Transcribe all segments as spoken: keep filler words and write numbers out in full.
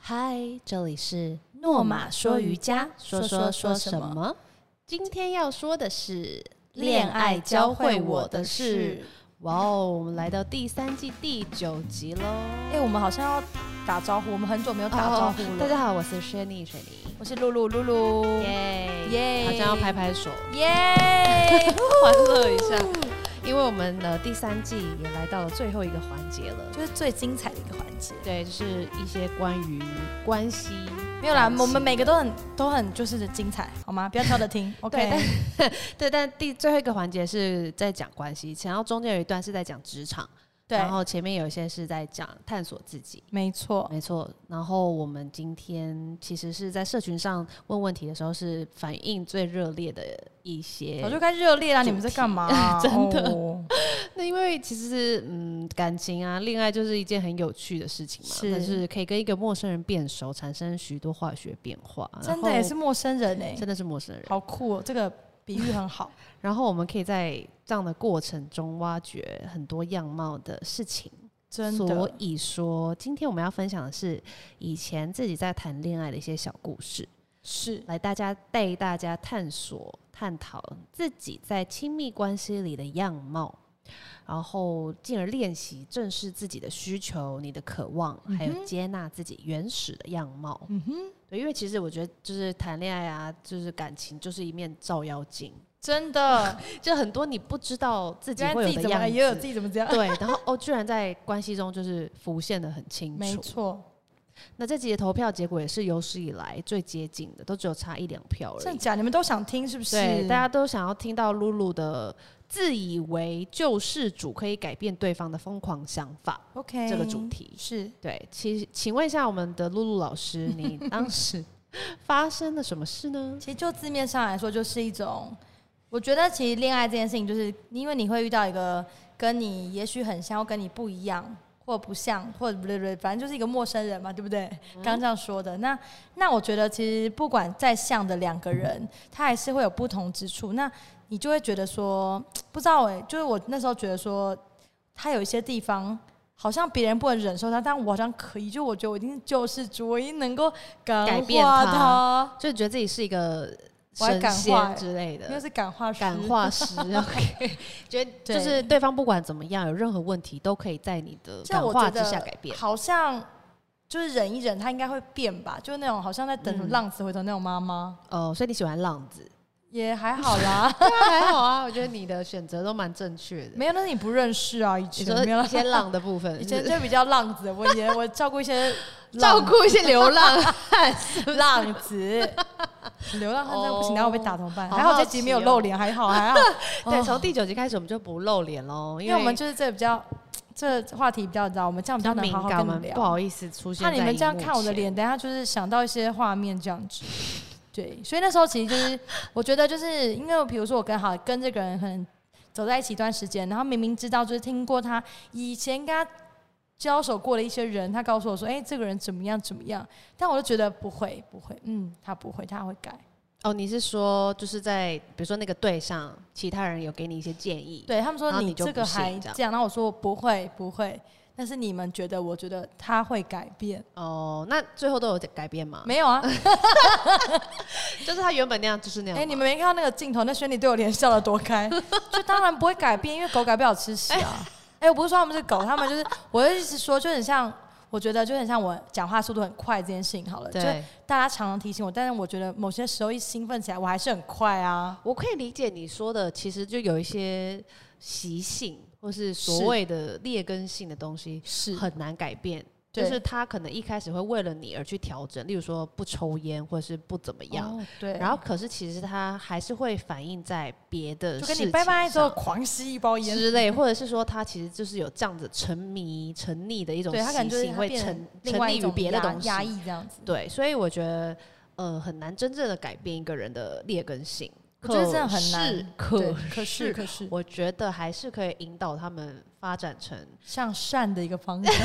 嗨，这里是诺玛说瑜伽， 说说说什么？今天要说的是恋爱教会我的事。 哇哦，我们来到第三季第九集喽！ 哎、欸，我们好像要打招呼，我们很久没有打招呼了。 哦、大家好，我是 Shani 水泥， 我是露露露露， 耶耶！ 好像要拍拍手， 耶！ 欢乐一下。因为我们的第三季也来到了最后一个环节了， 就是最精彩的一个环节。 对，就是一些关于关系， 没有啦，我们每个都很都很就是精彩，好吗？不要挑着听。OK， 对, 对，但第最后一个环节是在讲关系，然后中间有一段是在讲职场。对，然后前面有一些是在讲探索自己， 没错， 没错。然后我们今天其实是在社群上问问题的时候，是反应最热烈的一些， 早就该热烈啦！你们在干嘛、啊？ 真的。 哦、 那因为其实是嗯，感情啊，恋爱就是一件很有趣的事情嘛，是，就是可以跟一个陌生人变熟，产生许多化学变化。 真的也是陌生人哎、欸， 真的是陌生人， 好酷哦！这个比喻很好。 然后我们可以在这样的过程中挖掘很多样貌的事情， 真的。 所以说，今天我们要分享的是以前自己在谈恋爱的一些小故事， 是来大家带大家探索、探讨自己在亲密关系里的样貌，然后进而练习正视自己的需求、你的渴望，嗯、还有接纳自己原始的样貌。嗯哼，对，因为其实我觉得，就是谈恋爱啊，就是感情，就是一面照妖镜。 真的， 就很多你不知道自己会有的样子， 也有自己怎么这样， 对，然后哦，居然在关系中就是浮现得很清楚， 没错。 那这集的投票结果也是有史以来最接近的，都只有差一两票而已。 真的假的？你们都想听是不是？ 对，大家都想要听到露露的自以为救世主可以改变对方的疯狂想法。 OK， 这个主题是对。其请问一下我们的露露老师，你当时发生了什么事呢？ 其实就字面上来说，就是一种。我觉得其实恋爱这件事情，就是因为你会遇到一个跟你也许很像，或跟你不一样，或不像，或者不对不对，反正就是一个陌生人嘛，对不对？刚刚、嗯、这样说的。那那我觉得其实不管再像的两个人，他还是会有不同之处。那你就会觉得说，不知道哎、欸，就是我那时候觉得说，他有一些地方好像别人不能忍受他，但我好像可以。就我觉得我一定是救世主，我一定能够改变他，就觉得自己是一个。神仙之类的， 因为是感化师， 感化师，OK， 觉得就是对方不管怎么样，有任何问题都可以在你的感化之下改变。 好像就是忍一忍，他应该会变吧？就是那种好像在等浪子回头那种妈妈。 哦、嗯，所以你喜欢浪子？ 也还好啦， 对啊，还好啊。我觉得你的选择都蛮正确的。 没有，那是你不认识啊，以前没有一些浪的部分， 以前就比较浪子。我也我照顾一些照顾一些流浪汉， 浪子。流浪汉真的不行，然后我被打怎么办？ 好好还好这集没有露脸，还好还好。 对，从第九集开始我们就不露脸喽， 因为我们就是这比较这话题比较，你知道，我们这样比较能好好跟你聊。 不好意思出现在荧幕前， 怕你们这样看我的脸，等一下就是想到一些画面这样子。对，所以那时候其实就是我觉得就是因为比如说我跟好跟这个人可能走在一起一段时间，然后明明知道就是听过他以前跟他交手过的一些人，他告诉我说，哎、欸，这个人怎么样怎么样，但我就觉得不会不会，嗯，他不会，他会改。 哦，你是说就是在比如说那个队上，其他人有给你一些建议， 对他们说你这个还这样，然后我说不会不会，但是你们觉得，我觉得他会改变。 哦，那最后都有改变吗？ 没有啊， 就是他原本那样，就是那样。 哎、欸，你们没看到那个镜头，那轩尼对我脸笑得多开，就当然不会改变，因为狗改不了吃屎啊。哎、欸，我不是说他们是狗，他们就是，我的意思说，就很像，我觉得就很像我讲话速度很快这件事情好了，就大家常常提醒我，但是我觉得某些时候一兴奋起来，我还是很快啊。 我可以理解你说的，其实就有一些习性或是所谓的劣根性的东西是很难改变。就是他可能一开始会为了你而去调整，例如说不抽烟或者是不怎么样，哦、 对。 然后可是其实他还是会反映在别的事情上， 就跟你拜拜之后狂吸一包烟之类，或者是说他其实就是有这样子沉迷、沉溺的一种习性，会沉沉溺于别的东西， 压抑这样子。 对，所以我觉得呃很难真正的改变一个人的劣根性。 我觉得真的很难， 可可是可是， 我觉得还是可以引导他们发展成向善的一个方向。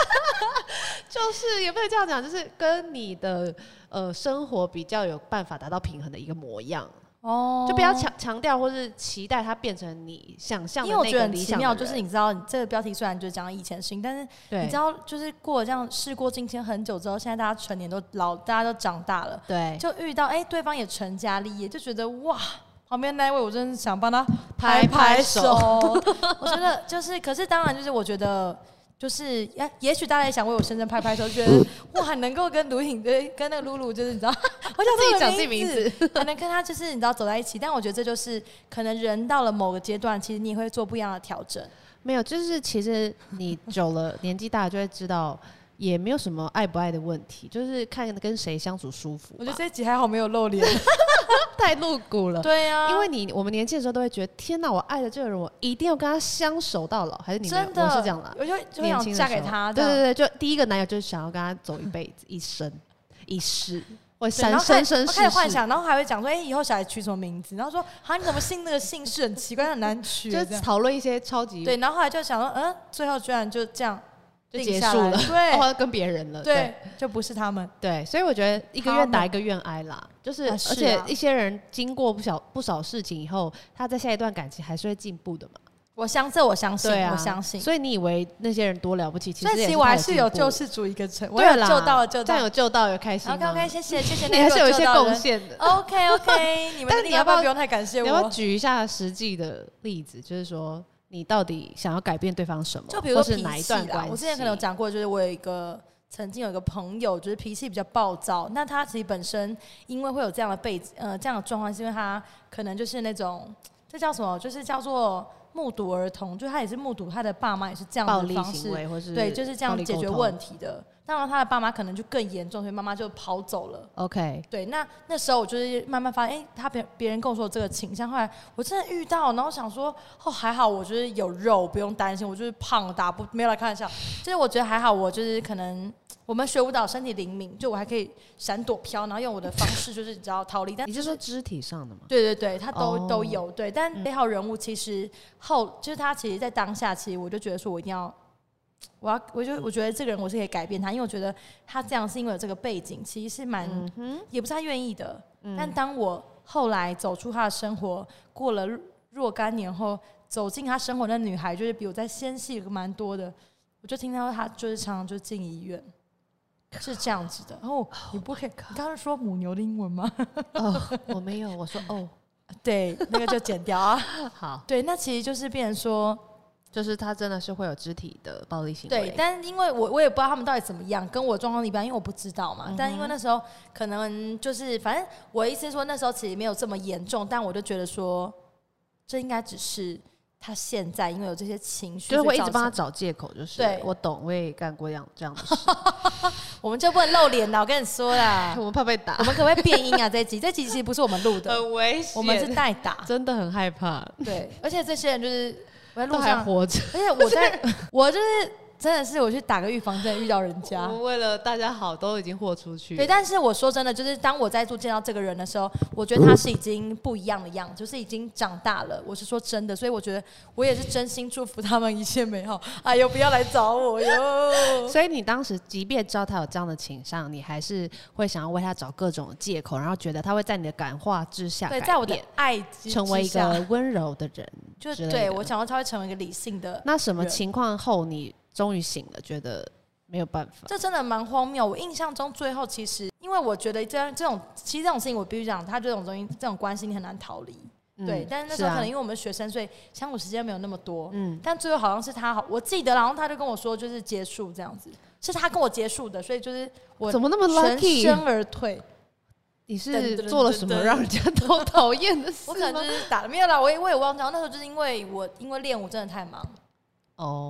就是也不能这样讲，就是跟你的呃生活比较有办法达到平衡的一个模样。 哦，就不要强强调或是期待它变成你想象的那个理想的人。因为我觉得很奇妙， 就是你知道，这个标题虽然就是讲以前的事情，但是你知道，就是过了这样事过境迁很久之后，现在大家成年都老，大家都长大了， 对， 就遇到哎、欸，对方也成家立业，就觉得哇。旁边那一位，我真的想帮他拍拍手。我觉得就是，可是当然就是，我觉得就是，也也许大家也想为我先生拍拍手，觉得哇，能够跟卢颖对，跟那个露露，就是你知道，我想自己讲自己名字， 还能跟他就是你知道走在一起。但我觉得这就是可能人到了某个阶段，其实你也会做不一样的调整。 没有，就是其实你久了，年纪大了就会知道。也没有什么爱不爱的问题，就是看跟谁相处舒服。 我觉得这一集还好没有露脸， 太露骨了。 对啊， 因为你我们年轻的时候都会觉得，天哪，我爱的这个人，我一定要跟他相守到老，还是你真的？ 我是这样啦， 我就就想嫁给他。 对对对，就第一个男友就是想要跟他走一辈子、一生、一世。我生生生世世， 开始幻想，然后还会讲说，哎、欸，以后小孩取什么名字？然后说，啊，你怎么姓那个姓氏很奇怪，很难取， 就讨论一些超级对。然后后来就想说，嗯，最后居然就这样。 就结束了， 对， 或者跟别人了， 对，对，就不是他们， 对，所以我觉得一个愿打一个愿挨啦，就是， 啊是啊、而且一些人经过不少不少事情以后，他在下一段感情还是会进步的嘛。 我相信，我相信，啊、我相信。 所以你以为那些人多了不起，其实其实我还是有救世主一个成，我有救到了，救到， 这样有救到，有开心。 OK OK， 谢谢谢谢， 你还是有一些贡献的。 OK OK， 你们但是你要不要不用太感谢我？ 你要不要举一下实际的例子，就是说。你到底想要改变对方什么？ 就比如说是哪一段关系？ 我之前可能有讲过，就是我有一个曾经有一个朋友，就是脾气比较暴躁。那他其实本身因为会有这样的背呃这样的状况，是因为他可能就是那种这叫什么？就是叫做目睹儿童，就是他也是目睹他的爸妈也是这样的方式， 或是对，就是这样解决问题的。当然，他的爸妈可能就更严重，所以妈妈就跑走了。 OK， 对，那那时候我就是慢慢发现，哎、欸，他别别人跟我说这个倾向，后来我真的遇到，然后想说，哦，还好，我就是有肉，不用担心，我就是胖打不没有来开玩笑，就是我觉得还好，我就是可能我们学舞蹈，身体灵敏，就我还可以闪躲飘，然后用我的方式就是你知道逃离。但你是说肢体上的吗？ 对对对，他都、oh. 都有对，但嗯、 这号人物其实后就是他其实，在当下，其实我就觉得说我一定要。我要，我就我觉得这个人我是可以改变他，因为我觉得他这样是因为有这个背景，其实是蛮、嗯，也不是他愿意的、嗯。但当我后来走出他的生活，过了若干年后，走进他生活的女孩，就是比我在纤细蛮多的，我就听到他就是常常就进医院，是这样子的。哦，你不可以，你刚刚说母牛的英文吗？ 哦，我没有，我说哦， 对，那个就剪掉啊。 好， 对，那其实就是变成说。 就是他真的是会有肢体的暴力行为， 对，但因为我我也不知道他们到底怎么样，跟我状况一般，因为我不知道嘛。嗯、但因为那时候可能就是，反正我的意思是说，那时候其实没有这么严重，但我就觉得说，这应该只是他现在因为有这些情绪， 就是会一直帮他找借口，就是对我懂，我也干过这样这样的事。 我们就不能露脸了，我跟你说啦， 我们怕被打。 我们可不可以变音啊？这一集这集其实不是我们录的， 很危险， 我们是代打， 真的很害怕。 对，而且这些人就是。我在路上还活着， 而且我在，我就是真的是我去打个预防针，遇到人家， 我为了大家好都已经豁出去。 对，但是我说真的，就是当我再度见到这个人的时候，我觉得他是已经不一样的样子，就是已经长大了。我是说真的，所以我觉得我也是真心祝福他们一切美好。哎呦，不要来找我哟！ 所以你当时即便知道他有这样的倾向，你还是会想要为他找各种借口，然后觉得他会在你的感化之下， 对，在我的爱之成为一个温柔的人。 就对我想要他会成为一个理性的人。 那什么情况后你终于醒了，觉得没有办法？ 这真的蛮荒谬。我印象中最后其实，因为我觉得这样这种其实这种事情，我必须讲，他这种东西这种关系你很难逃离。嗯、对，但是那时候可能因为我们学生，所以相处时间没有那么多。嗯，但最后好像是他好，我记得，然后他就跟我说，就是结束这样子，是他跟我结束的，所以就是我怎么那么 lucky 全身而退。 你是做了什么让人家都讨厌的事吗？ 我可能就是打了没有啦，我也我也忘记了。那时候就是因为我因为练舞真的太忙，哦、oh ，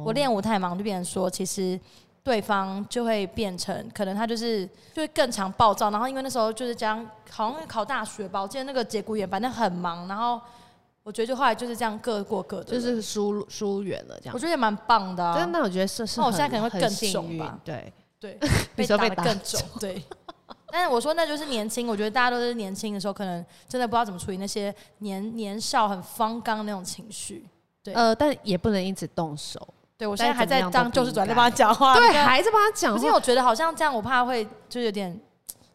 我练舞太忙，就变成说其实对方就会变成可能他就是就会更常暴躁，然后因为那时候就是这样，好像考大学吧，我记得那个节骨眼反正很忙，然后我觉得就后来就是这样各过各的， 就是疏疏远了这样。 我觉得也蛮棒的、啊， 真的，我觉得是是。 那我现在可能会更重吧， 对对，被打得更重，对。但是我说那就是年轻，我觉得大家都是年轻的时候，可能真的不知道怎么处理那些年年少很方刚那种情绪。对， 呃，但也不能因此动手。 对，我现在还在当救世主在帮他讲话， 对，还在帮他讲话。 可是我觉得好像这样，我怕会就有点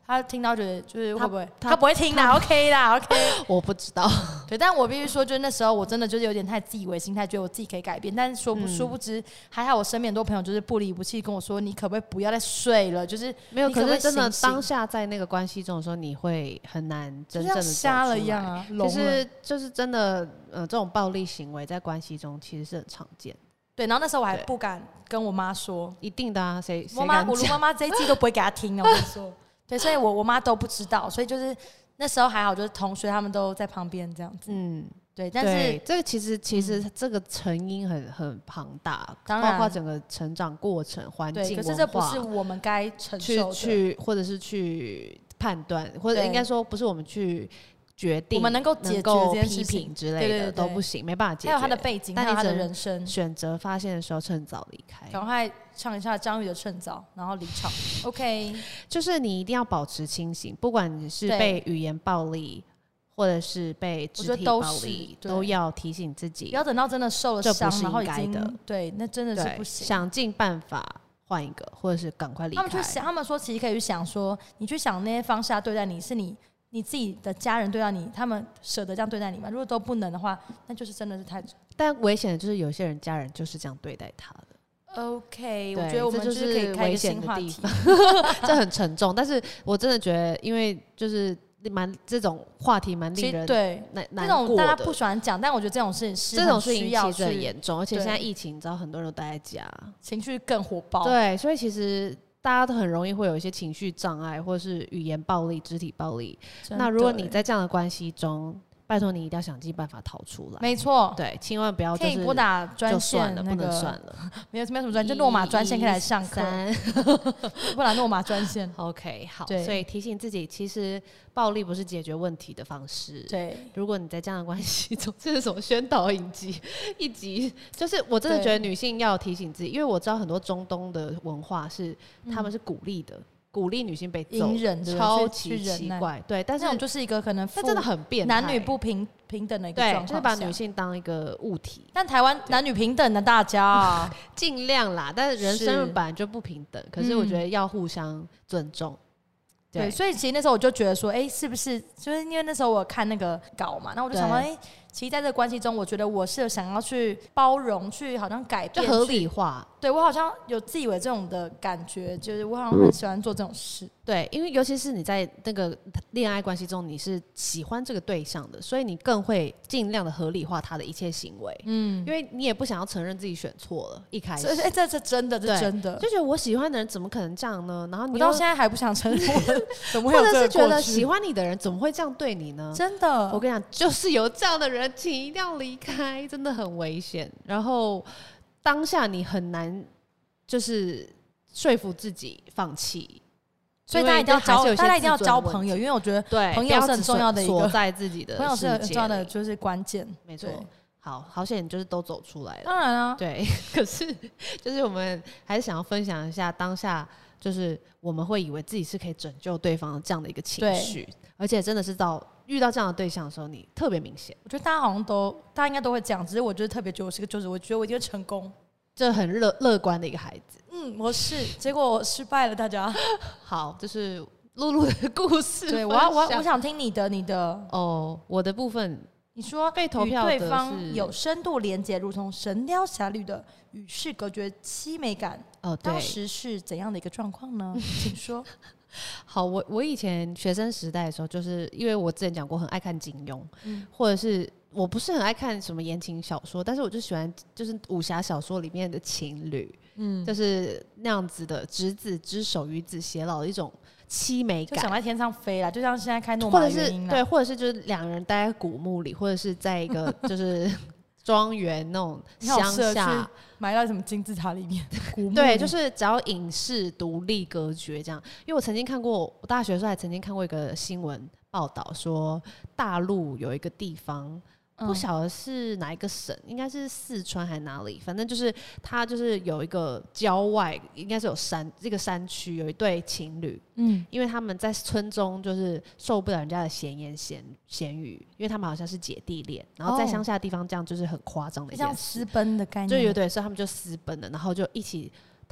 他听到觉得就是会不会他他不会听啦 ，OK 啦 ，OK。 我不知道， 对，但我必须说，就是那时候我真的就是有点太自以为心态，觉得我自己可以改变，但是说不、 嗯、 殊不知，还好我身边很多朋友就是不离不弃跟我说，你可不可以不要再睡了？就是没有， 可, 可是真的醒当下在那个关系中的时候，你会很难真正的就像瞎了一样啊， 就是就是真的，呃，这种暴力行为在关系中其实是很常见。 对，然后那时候我还不敢跟我妈说， 一定的啊，谁我妈我卢妈妈这一季都不会给她听的，我跟你说。对，所以我我妈都不知道，所以就是那时候还好，就是同学他们都在旁边这样子。嗯，对，但是这个其实其实这个成因很很庞大， 当然包括整个成长过程、环境、 可是这不是我们该承受的， 去去或者是去判断，或者应该说不是我们去决定， 我们能够解决这件事情之类的，对对对对都不行，没办法解决。 还有他的背景，还有他的人生， 选择发现的时候趁早离开， 赶快唱一下张宇的《趁早》，然后离场。OK， 就是你一定要保持清醒，不管你是被语言暴力，或者是被肢体暴力，都, 都要提醒自己， 不要等到真的受了伤，然后已经的， 对，那真的是不行。 想尽办法换一个，或者是赶快离开。 他们去想，他们说其实可以去想说，你去想那些方式对待你是你。你自己的家人对待你，他们舍得这样对待你吗？如果都不能的话，那就是真的是太…… 但危险的就是有些人家人就是这样对待他的。 OK， 我觉得我们就是可以开一个新话题， 这很沉重。但是我真的觉得，因为就是蛮这种话题蛮令人对难这种大家不喜欢讲，但我觉得这种事情这种事情其实很严重，而且现在疫情，你知道很多人都待在家， 情绪更火爆。 对，所以其实。大家都很容易会有一些情绪障碍，或者是语言暴力、肢体暴力。那如果你在这样的关系中，拜托你一定要想尽办法逃出来。 没错， 对，千万不要就是可以拨打专线， 那个、不能算了， 没有没有什么专，就诺玛专线可以来上课，不然诺玛专线。 OK， 好，所以提醒自己，其实暴力不是解决问题的方式。 对， 如果你在这样的关系中，这是什么宣导影集一集？就是我真的觉得女性要提醒自己，因为我知道很多中东的文化是他们是鼓励的。嗯，鼓励女性被揍， 隐忍超级奇怪，对，但是那种就是一个可能， 那真的很变态， 男女不平平等的一个状况， 就是把女性当一个物体。 但台湾男女平等的，大家尽量啦，但是人生本来就不平等，可是我觉得要互相尊重。 对，所以其实那时候我就觉得说，哎、欸，是不是就是因为那时候我看那个稿嘛，那我就想说，哎、欸，其实在这个关系中，我觉得我是想要去包容，去好像改变， 就合理化。 对，我好像有自以为这种的感觉，就是我好像很喜欢做这种事。 对，因为尤其是你在那个恋爱关系中，你是喜欢这个对象的，所以你更会尽量的合理化他的一切行为。嗯，因为你也不想要承认自己选错了，一开始。 哎、欸，这是真的，这是真的， 就觉得我喜欢的人怎么可能这样呢？然后你到现在还不想承认，怎么会有这个过去？或者是觉得喜欢你的人怎么会这样对你呢？ 真的， 我跟你讲，就是有这样的人，请一定要离开，真的很危险。然后当下你很难就是说服自己放弃。 所以大家一定要交，大家一定要交朋友，因为我觉得朋友是很重要的一个， 锁在自己的朋友是很重要的，就是关键。 没错，好好险，就是都走出来了。 当然啊， 对。可是，就是我们还是想要分享一下当下，就是我们会以为自己是可以拯救对方的这样的一个情绪，而且真的是到遇到这样的对象的时候，你特别明显。 我觉得大家好像都，大家应该都会这样，只是我觉得特别觉得我是个，就是我觉得我一定会成功。 这很乐乐观的一个孩子， 嗯，我是，结果我失败了，大家。 好，这是露露的故事。 对，我要，我我想听你的，你的哦，我的部分， 你说被投票与对方有深度连结，如同《神雕侠侣》的与世隔绝凄美感。 哦，对， 当时是怎样的一个状况呢？请说。 好，我我以前学生时代的时候，就是因为我之前讲过，很爱看金庸，嗯、或者是。我不是很爱看什么言情小说，但是我就喜欢就是武侠小说里面的情侣，嗯，就是那样子的执子之手与子偕老的一种凄美感， 就想在天上飞啦，就像现在开诺玛的原因啦， 对，或者是就是两人待在古墓里，或者是在一个就是庄园那种乡下， 埋到什么金字塔里面，古墓对，就是只要隐士独立隔绝这样。因为我曾经看过，我大学的时候还曾经看过一个新闻报道，说大陆有一个地方。不晓得是哪一个省，应该是四川还是哪里，反正就是它就是有一个郊外，应该是有山，这个山区有一对情侣，嗯，因为他们在村中就是受不了人家的闲言闲闲语，因为他们好像是姐弟恋，然后在乡下的地方这样就是很夸张的一件事， 像私奔的概念， 就有对，所以他们就私奔了，然后就一起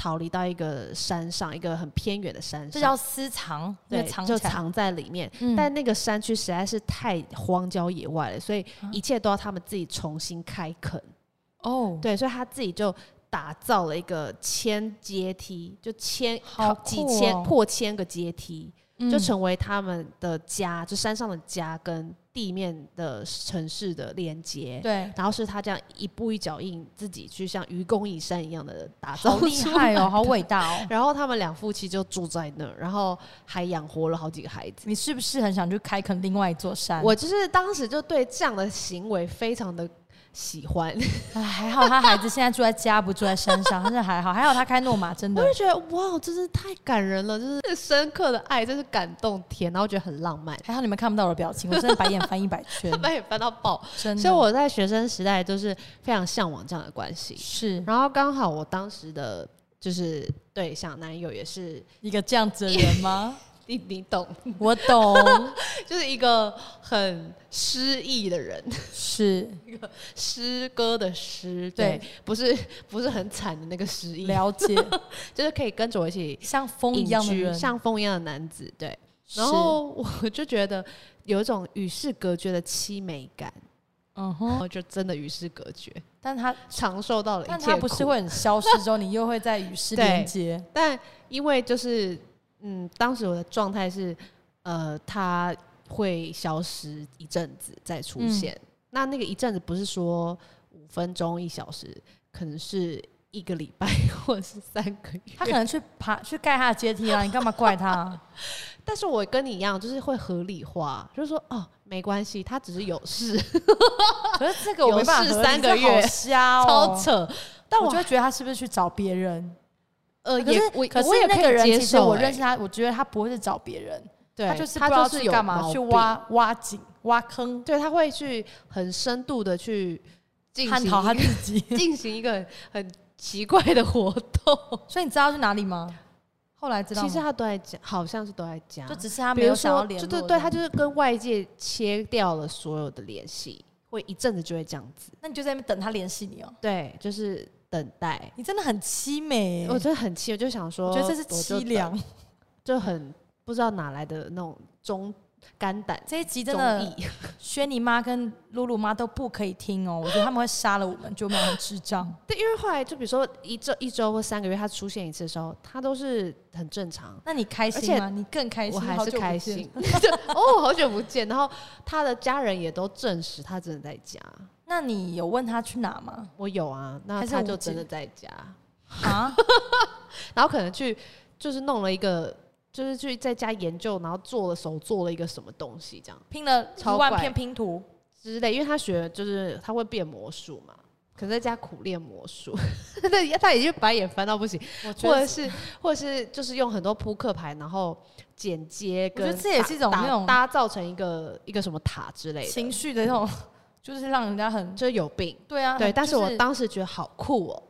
逃离到一个山上，一个很偏远的山上， 这叫私藏， 对， 藏就藏在里面、嗯。但那个山区实在是太荒郊野外了，所以一切都要他们自己重新开垦。哦，对，所以他自己就打造了一个千阶梯，就千好、哦、几千破千个阶梯。就成为他们的家，就山上的家跟地面的城市的连接。对，然后是他这样一步一脚印，自己去像愚公移山一样的打造，好厉害哦，好伟大哦。然后他们两夫妻就住在那儿，然后还养活了好几个孩子。你是不是很想去开垦另外一座山？我就是当时就对这样的行为非常的喜欢。还好他孩子现在住在家，不住在山上，真的还好。还好他开诺马，真的，我就觉得哇，真是太感人了，就是深刻的爱，真是感动天，然后觉得很浪漫。还好你们看不到我的表情，我真的白眼翻一百圈，白眼翻到爆，真的。所以我在学生时代就是非常向往这样的关系。是，然后刚好我当时的就是对象男友也是一个这样子的人吗？你, 你懂，我懂，就是一个很诗意的人，是一个诗歌的诗，对，对，不是不是很惨的那个诗意，了解，就是可以跟着我一起像风一样的人，像风一样的男子，对。然后我就觉得有一种与世隔绝的凄美感，嗯哼，我就真的与世隔绝，但他尝受到了一切苦，但他不是会很消失之后，你又会再与世连接，但因为就是。嗯，当时我的状态是，呃，他会消失一阵子再出现。嗯、那那个一阵子不是说五分钟、一小时，可能是一个礼拜或者是三个月。他可能去爬去盖他的阶梯啊，你干嘛怪他？但是我跟你一样，就是会合理化，就是说哦，没关系，他只是有事。可是这个我没办法合理，三个月，好瞎哦，超扯。但我就会觉得他是不是去找别人？呃，可是我可是那个人其实我认识他，我觉得他不会是找别人，对，他就是不知道去干嘛，去挖挖井、挖坑，对，他会去很深度的去探讨他自己，进行一个很奇怪的活动。所以你知道是哪里吗？后来知道，其实他都在家，好像是都在家，就只是他没有想要联络，对对，他就是跟外界切掉了所有的联系，会一阵子就会这样子。那你就在那边等他联系你哦？对，就是。等待，你真的很凄美、欸，我真的很凄，我就想说，我觉得这是凄凉，就很不知道哪来的那种中肝胆。这一集真的，轩尼妈跟露露妈都不可以听哦，我觉得他们会杀了我们，就没有很智障。对，因为后来就比如说一周、一周或三个月，他出现一次的时候，他都是很正常。那你开心吗？你更开心，我还是开心。哦，好久不见，然后他的家人也都证实他真的在家。那你有问他去哪吗？我有啊，那他就真的在家啊，然后可能去就是弄了一个，就是去在家研究，然后做了手做了一个什么东西，这样拼了一万片拼图之类，因为他学就是他会变魔术嘛，可是在家苦练魔术，他已经白眼翻到不行，或者是或者是就是用很多扑克牌，然后剪接跟，我觉得这也是一种那种搭造成一个一个什么塔之类的情绪的那种。就是让人家很就是有病，对啊，对，就是、但是我当时觉得好酷哦。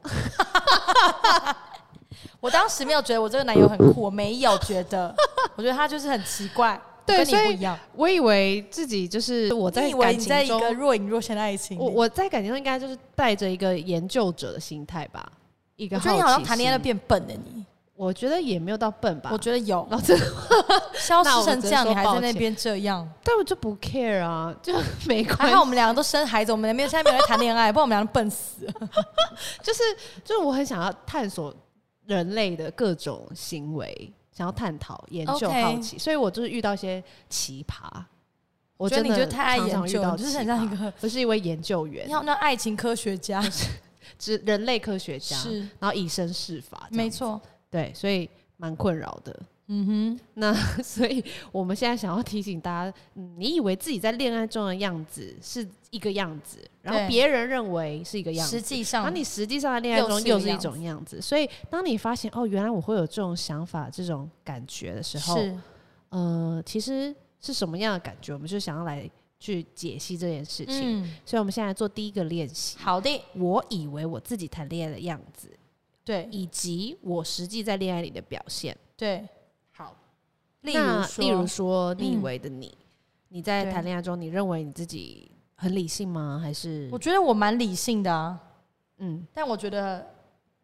我当时没有觉得我这个男友很酷，我没有觉得，我觉得他就是很奇怪，对，跟你不一样。我以为自己就是我在感情中，你以为你在一个若隐若现的爱情，我我在感情中应该就是带着一个研究者的心态吧，一个好奇心。我觉得你好像谈恋爱都变笨了你。我觉得也没有到笨吧，我觉得有，消失成这样，你还在那边这样，但我就不 care 啊，就没关系。还好我们两个都生孩子，我们两边现在没有在谈恋爱，不然我们两个笨死了。就是就是我很想要探索人类的各种行为，想要探讨、研究、okay. 好奇，所以我就是遇到一些奇葩。我真的你就太爱研究，你就是很像一个，不是一位研究员，你好像爱情科学家，是人类科学家，是，然后以身试法，没错。对，所以蛮困扰的。嗯哼，那所以我们现在想要提醒大家，嗯，你以为自己在恋爱中的样子是一个样子，然后别人认为是一个样子，实际上，然后你实际上在恋爱中又是一种样子。所以当你发现哦，原来我会有这种想法、这种感觉的时候，是，呃，其实是什么样的感觉？我们就想要来去解析这件事情。嗯，所以我们现在做第一个练习。好的，我以为我自己谈恋爱的样子。对，以及我实际在恋爱里的表现。对，好，例如说，例如说，你以为的你，嗯、你在谈恋爱中，你认为你自己很理性吗？还是？我觉得我蛮理性的啊，嗯，但我觉得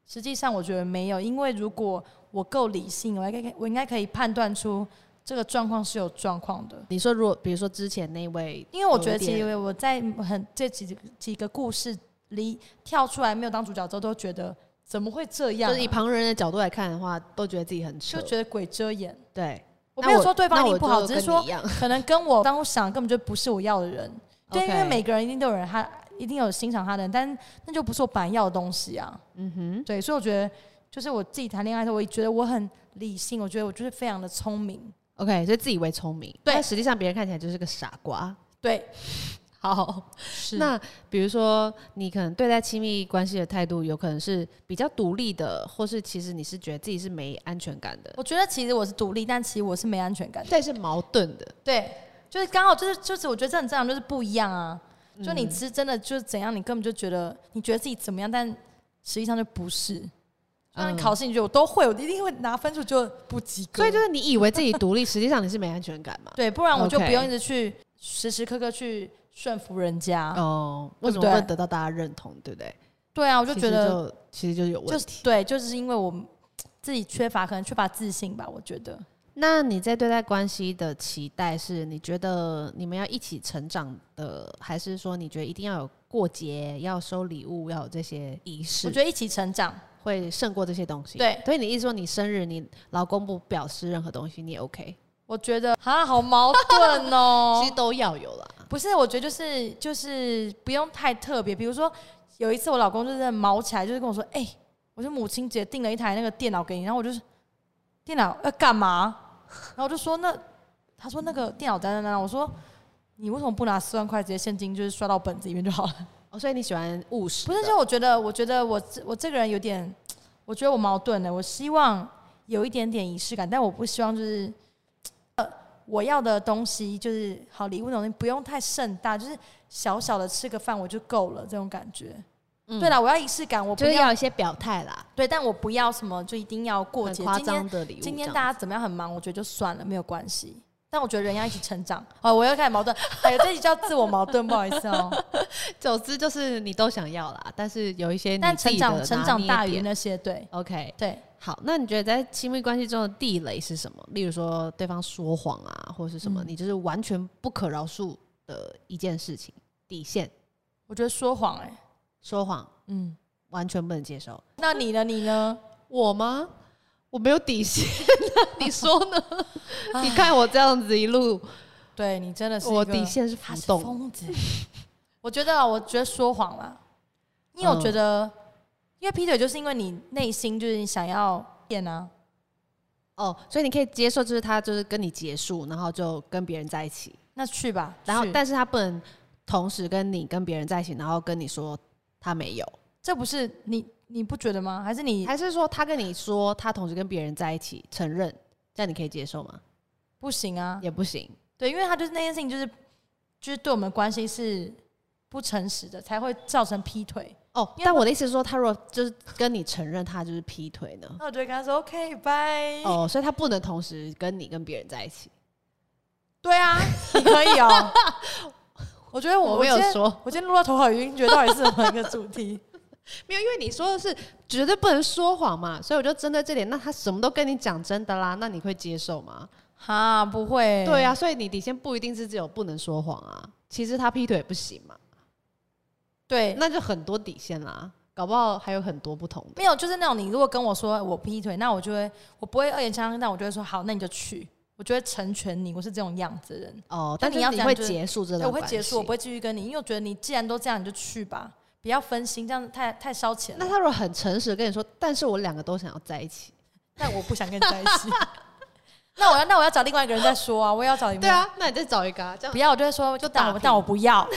实际上我觉得没有，因为如果我够理性，我应该我应该可以判断出这个状况是有状况的。 你说如果比如说之前那位， 因为我觉得其实我在很这几几个故事里跳出来没有当主角之后，都觉得怎么会这样、啊？ 就是以旁人的角度来看的话，都觉得自己很扯， 就觉得鬼遮眼。 对， 我没有说对方一定不好，只是说跟可能跟我当初想根本就不是我要的人。对， okay. 因为每个人一定都有人他一定有欣赏他的人，但那就不是我本来要的东西啊。嗯哼，对，所以我觉得就是我自己谈恋爱的时候，我觉得我很理性，我觉得我就是非常的聪明。 OK， 所以自以为聪明， 对， 但实际上别人看起来就是个傻瓜。 对， 好，那比如说你可能对待亲密关系的态度，有可能是比较独立的，或是其实你是觉得自己是没安全感的。 我觉得其实我是独立，但其实我是没安全感的， 对，是矛盾的。 对，就是刚好就是就是我觉得这很正常，就是不一样啊。就你是真的就是怎样，你根本就觉得你觉得自己怎么样，但实际上就不是。那你考试你觉得我都会，我一定会拿分数就不及格。 所以就是你以为自己独立，实际上你是没安全感嘛？ 对，不然我就不用一直去时时刻刻去顺服人家。 哦，为什么会得到大家认同，对不对？ 对啊，我就觉得其实就有问题。 对，就是因为我自己缺乏，可能缺乏自信吧，我觉得。 那你在对待关系的期待是，你觉得你们要一起成长的，还是说你觉得一定要有过节、要收礼物、要有这些仪式？ 我觉得一起成长会胜过这些东西。 对， 所以你意思说你生日你老公不表示任何东西，你也 OK？ 我觉得啊，好矛盾哦。 其实都要有啦。 不是，我觉得就是就是不用太特别。比如说有一次我老公就是毛起来，就是跟我说：“哎、欸，我就母亲节订了一台那个电脑给你。”然后我就是电脑要干嘛？然后我就说那，他说那个电脑在那那，我说你为什么不拿四万块直接现金，就是刷到本子里面就好了？ 哦，所以你喜欢务实？ 不是，就我觉得，我觉得我我这个人有点，我觉得我矛盾了。我希望有一点点仪式感，但我不希望就是呃我要的东西就是好礼物那种东西不用太盛大，就是小小的吃个饭我就够了这种感觉。嗯、对啦，我要仪式感，我不要就是要一些表态啦。 对，但我不要什么就一定要过节， 夸张的礼物。 今天大家怎么样很忙，我觉得就算了，没有关系。但我觉得人要一起成长。哦，我又开始矛盾，哎呦，这集叫自我矛盾，不好意思哦。 总之就是你都想要啦，但是有一些你但成长成长大于点那些，对 ，OK， 对。 好，那你觉得在亲密关系中的地雷是什么？例如说对方说谎啊，或者是什么、嗯，你就是完全不可饶恕的一件事情，底线。 我觉得说谎，哎， 说谎，嗯。完全不能接受。 那你呢？你呢？ 我吗？我没有底线。你说呢？你看我这样子一路， 对你真的是我底线是浮动。 疯子。我觉得，我觉得说谎啦，因为我觉得，嗯、因为劈腿就是因为你内心就是想要变啊。 哦，所以你可以接受，就是他就是跟你结束，然后就跟别人在一起。 那去吧。 然后，但是他不能同时跟你跟别人在一起，然后跟你说他没有。 这不是你你不觉得吗？还是你还是说他跟你说他同时跟别人在一起，承认，这样你可以接受吗？ 不行啊， 也不行。 对，因为他就是那件事情，就是就是对我们的关系是不诚实的，才会造成劈腿。 哦，但我的意思是说，他如果就是跟你承认他就是劈腿呢， 那我就会跟他说 OK， 拜。 哦，所以他不能同时跟你跟别人在一起。 对啊，你可以哦。我觉得 我, 我没有说， 我今天录到头好晕，觉得到底是什么一个主题？ 没有，因为你说的是绝对不能说谎嘛，所以我就针对这点。那他什么都跟你讲真的啦，那你会接受吗？ 哈，不会。 对啊，所以你底线不一定是只有不能说谎啊，其实他劈腿也不行嘛。 对， 那就很多底线啦，搞不好还有很多不同的。 没有，就是那种你如果跟我说我劈腿，那我就会我不会恶言相向，但我就会说好，那你就去，我就会成全你，我是这种样子的人。 哦，但你要你会结束这段关系， 我会结束，我不会继续跟你，因为我觉得你既然都这样，你就去吧。不要分心，这样太太烧钱了。 那他如果很诚实的跟你说，但是我两个都想要在一起， 但我不想跟你在一起，那我要那我要找另外一个人再说啊，我也要找一个。 对啊，那你再找一个啊，这样不要，我就会说，就但我但我不要。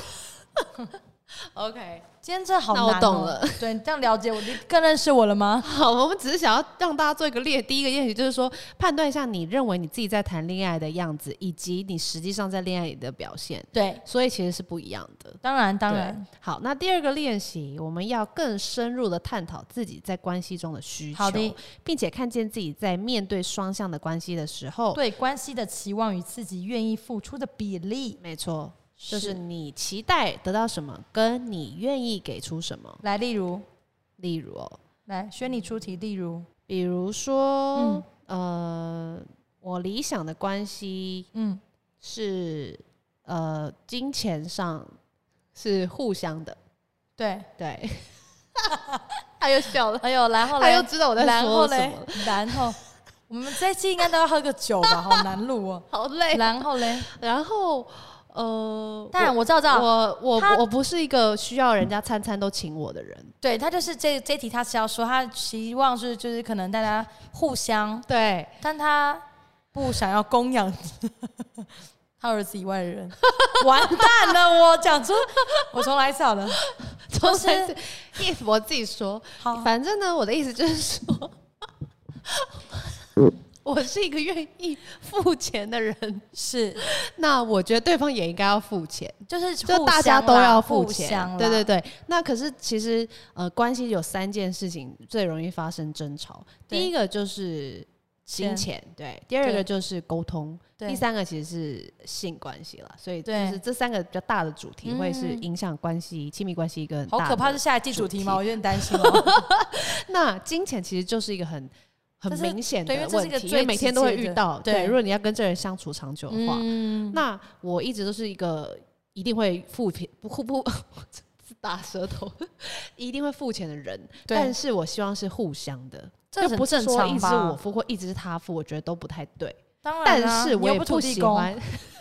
OK， 今天这好难、喔， 那我懂了。 对，你这样了解我，你更认识我了吗？ 好，我们只是想要让大家做一个练，第一个练习就是说，判断一下你认为你自己在谈恋爱的样子，以及你实际上在恋爱里的表现。 对， 所以其实是不一样的。 当然，当然。 好，那第二个练习，我们要更深入的探讨自己在关系中的需求， 好的， 并且看见自己在面对双向的关系的时候， 对关系的期望与自己愿意付出的比例。 没错。就是你期待得到什么，跟你愿意给出什么。 来，例如， 例如哦， 来，宣你出题，例如， 比如说，嗯、呃，我理想的关系，嗯，是呃，金钱上是互相的， 对对。他又笑了， 哎呦，然后他又知道我在说什么。 然后我们这期应该都要喝个酒吧，好难录哦， 好累。 然后嘞， 然后呃， 当然我知道，知道， 我我我不是一个需要人家餐餐都请我的人。 对，他就是这这题，他是要说他希望是就是可能大家互相对， 但他不想要供养他儿子以外的人。完蛋了，我讲出，我重来一次好了。 重来一次，意思我自己说。好，反正呢，我的意思就是说，我是一个愿意付钱的人。 是， 那我觉得对方也应该要付钱， 就是就大家都要付钱。对对对。那可是其实呃，关系有三件事情最容易发生争吵。第一个就是金钱，对；第二个就是沟通。第三个其实是性关系啦，所以就是这三个比较大的主题会是影响关系、亲密关系一个很大的。 好可怕，是下一季主题吗？我有点担心哦。 那金钱其实就是一个很很明显的问题，因为每天都会遇到。对，如果你要跟这人相处长久的话， 嗯、 那我一直都是一个一定会付钱不不不打舌头，一定会付钱的人。但是我希望是互相的， 这不是说一直是我付或一直是他付，我觉得都不太对。 当然、 啊，但是我也不喜欢，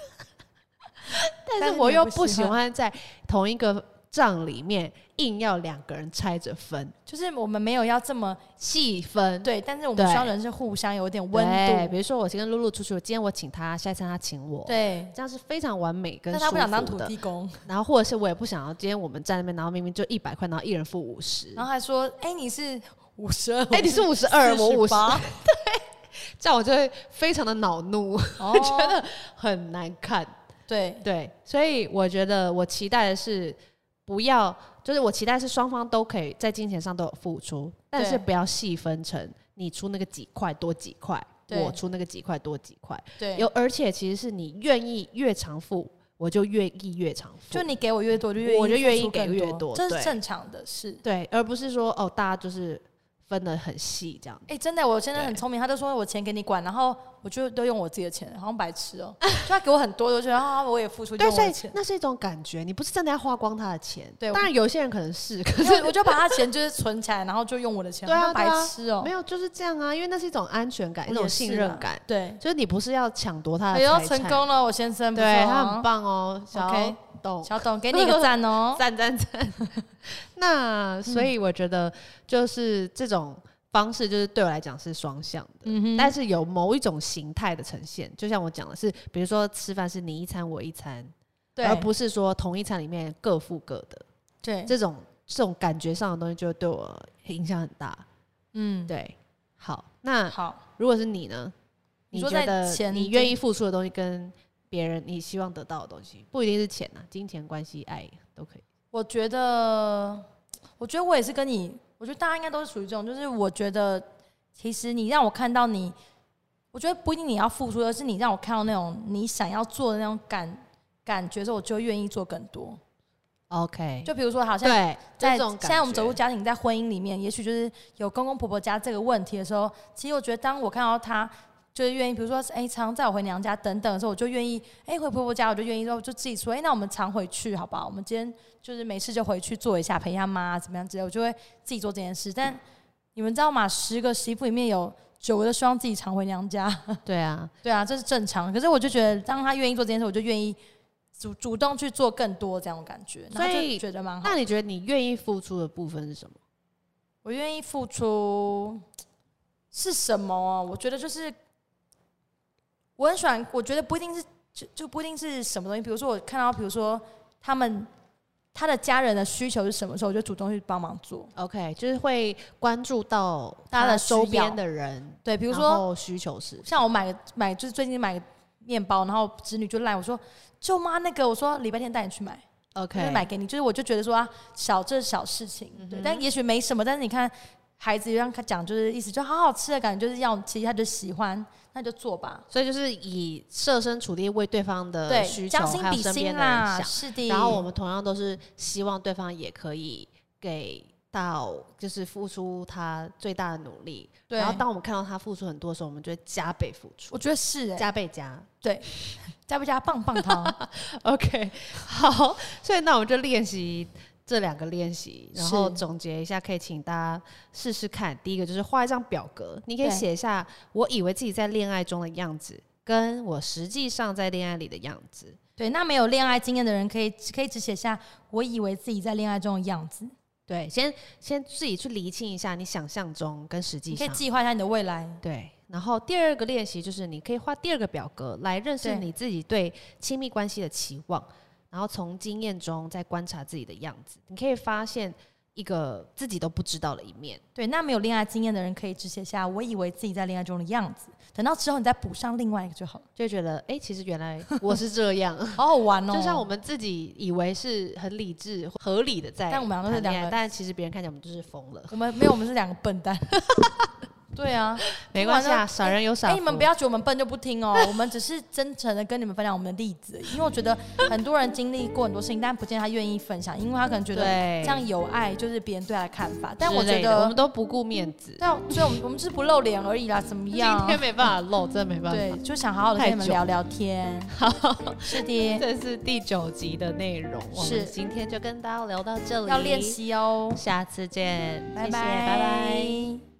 但是我又不喜欢在同一个账里面硬要两个人拆着分， 就是我们没有要这么细分， 对，但是我们双人是互相有点温度。 比如说我先跟露露出去，今天我请他，下一次他请我， 对， 这样是非常完美跟舒服的。 但他不想当土地公， 然后或者是我也不想要，今天我们在那边，然后明明就一百块，然后一人付五十， 然后还说，哎、欸，你是五十二， 哎，你是五十二，我五十，对。这样我就会非常的恼怒，哦、觉得很难看。 对对，所以我觉得我期待的是不要，就是我期待是双方都可以在金钱上都有付出，但是不要细分成你出那个几块多几块，我出那个几块多几块。 对， 有而且其实是你愿意越常付，我就愿意越常付。 就你给我越多，就越我就愿意给越多， 这是正常的事。 对，而不是说哦，大家就是分得很细这样。 哎、欸，真的，我现在很聪明，他就说我钱给你管，然后我就都用我自己的钱，好像白痴哦、喔。就他给我很多，我觉得啊，我也付出， 对，所以那是一种感觉，你不是真的要花光他的钱。对，当然有些人可能是，可是我就把他钱就是存起来，然后就用我的钱， 对啊， 白痴哦、喔。 没有，就是这样啊，因为那是一种安全感，一种信任感。 对， 就是你不是要抢夺他的财产。 哎呦，成功了，我先生， 对他很棒哦、喔，小董， 小董，给你一个赞哦、喔， 赞赞赞。那所以我觉得就是这种方式就是对我来讲是双向的、嗯，但是有某一种形态的呈现，就像我讲的是，比如说吃饭是你一餐我一餐，对，而不是说同一餐里面各付各的， 对， 这种这种感觉上的东西就对我影响很大。嗯，对。好，那好，如果是你呢？你觉得你愿意付出的东西跟别人你希望得到的东西，不一定是钱啊，金钱、关系、爱都可以。 我觉得，我觉得我也是跟你。我觉得大家应该都是属于这种，就是我觉得，其实你让我看到你，我觉得不一定你要付出，而是你让我看到那种你想要做的那种感感觉，之后我就愿意做更多。 OK， 就比如说，好像在现在我们走入家庭，在婚姻里面，也许就是有公公婆婆家这个问题的时候，其实我觉得当我看到他就是愿意，比如说，哎、欸，常载我回娘家等等的时候，我就愿意，哎、欸，回婆婆家我就愿意，就自己说，哎、欸，那我们常回去好不好？我们今天就是没事就回去坐一下，陪一下妈怎么样之类，我就会自己做这件事。但你们知道吗？十个媳妇里面有九个都希望自己常回娘家。 对啊， 对啊，这是正常。可是我就觉得，当他愿意做这件事，我就愿意主主动去做更多这样的感觉，所以就觉得蛮好。 那你觉得你愿意付出的部分是什么？ 我愿意付出是什么啊？我觉得就是。我很喜欢，我觉得不一定是就就不一定是什么东西。比如说我看到，比如说他们他的家人的需求是什么时候，我就主动去帮忙做。 OK， 就是会关注到他的周边的人， 对，比如说需求是像我买个买，就是最近买个面包，然后侄女就赖我说：“舅妈，那个我说礼拜天带你去买 ，OK， 就买给你。”就是我就觉得说啊，小这是小事情，嗯、对，但也许没什么，但是你看孩子让他讲，就是意思就好好吃的感觉，就是要其实他就喜欢。那就做吧， 所以就是以设身处地为对方的需求还有身边的人想， 是的。 然后我们同样都是希望对方也可以给到就是付出他最大的努力， 对。 然后当我们看到他付出很多的时候，我们就会加倍付出。 我觉得是、欸， 加倍加， 对，加不加棒棒糖 ？OK， 好，所以那我们就练习这两个练习，然后总结一下，可以请大家试试看。第一个就是画一张表格，你可以写下我以为自己在恋爱中的样子，跟我实际上在恋爱里的样子。 对，那没有恋爱经验的人可以可以只写下我以为自己在恋爱中的样子。 对，先先自己去厘清一下你想象中跟实际上， 你可以计划一下你的未来。 对，然后第二个练习就是你可以画第二个表格来认识你自己对亲密关系的期望，然后从经验中再观察自己的样子，你可以发现一个自己都不知道的一面。 对，那没有恋爱经验的人可以只写下我以为自己在恋爱中的样子，等到之后你再补上另外一个就好了， 就会觉得哎、欸，其实原来我是这样， 好好玩哦。 就像我们自己以为是很理智、合理的在， 但我们俩都是两个， 但其实别人看起来我们就是疯了。 我们没有，我们是两个笨蛋。对啊， 没关系啊，傻人有傻福。 哎、欸，你们不要觉得我们笨就不听哦，我们只是真诚的跟你们分享我们的例子，因为我觉得很多人经历过很多事情，但不见得他愿意分享，因为他可能觉得这样有爱就是别人对他的看法。但我觉得我们都不顾面子， 对，所以我们我们就是不露脸而已啦，怎么样？ 今天没办法露，真的没办法。 对，就想好好的跟你们聊聊天。好，是的， 这是第九集的内容，我们今天就跟大家聊到这里， 要练习哦， 下次见， 拜拜， 谢谢，拜拜。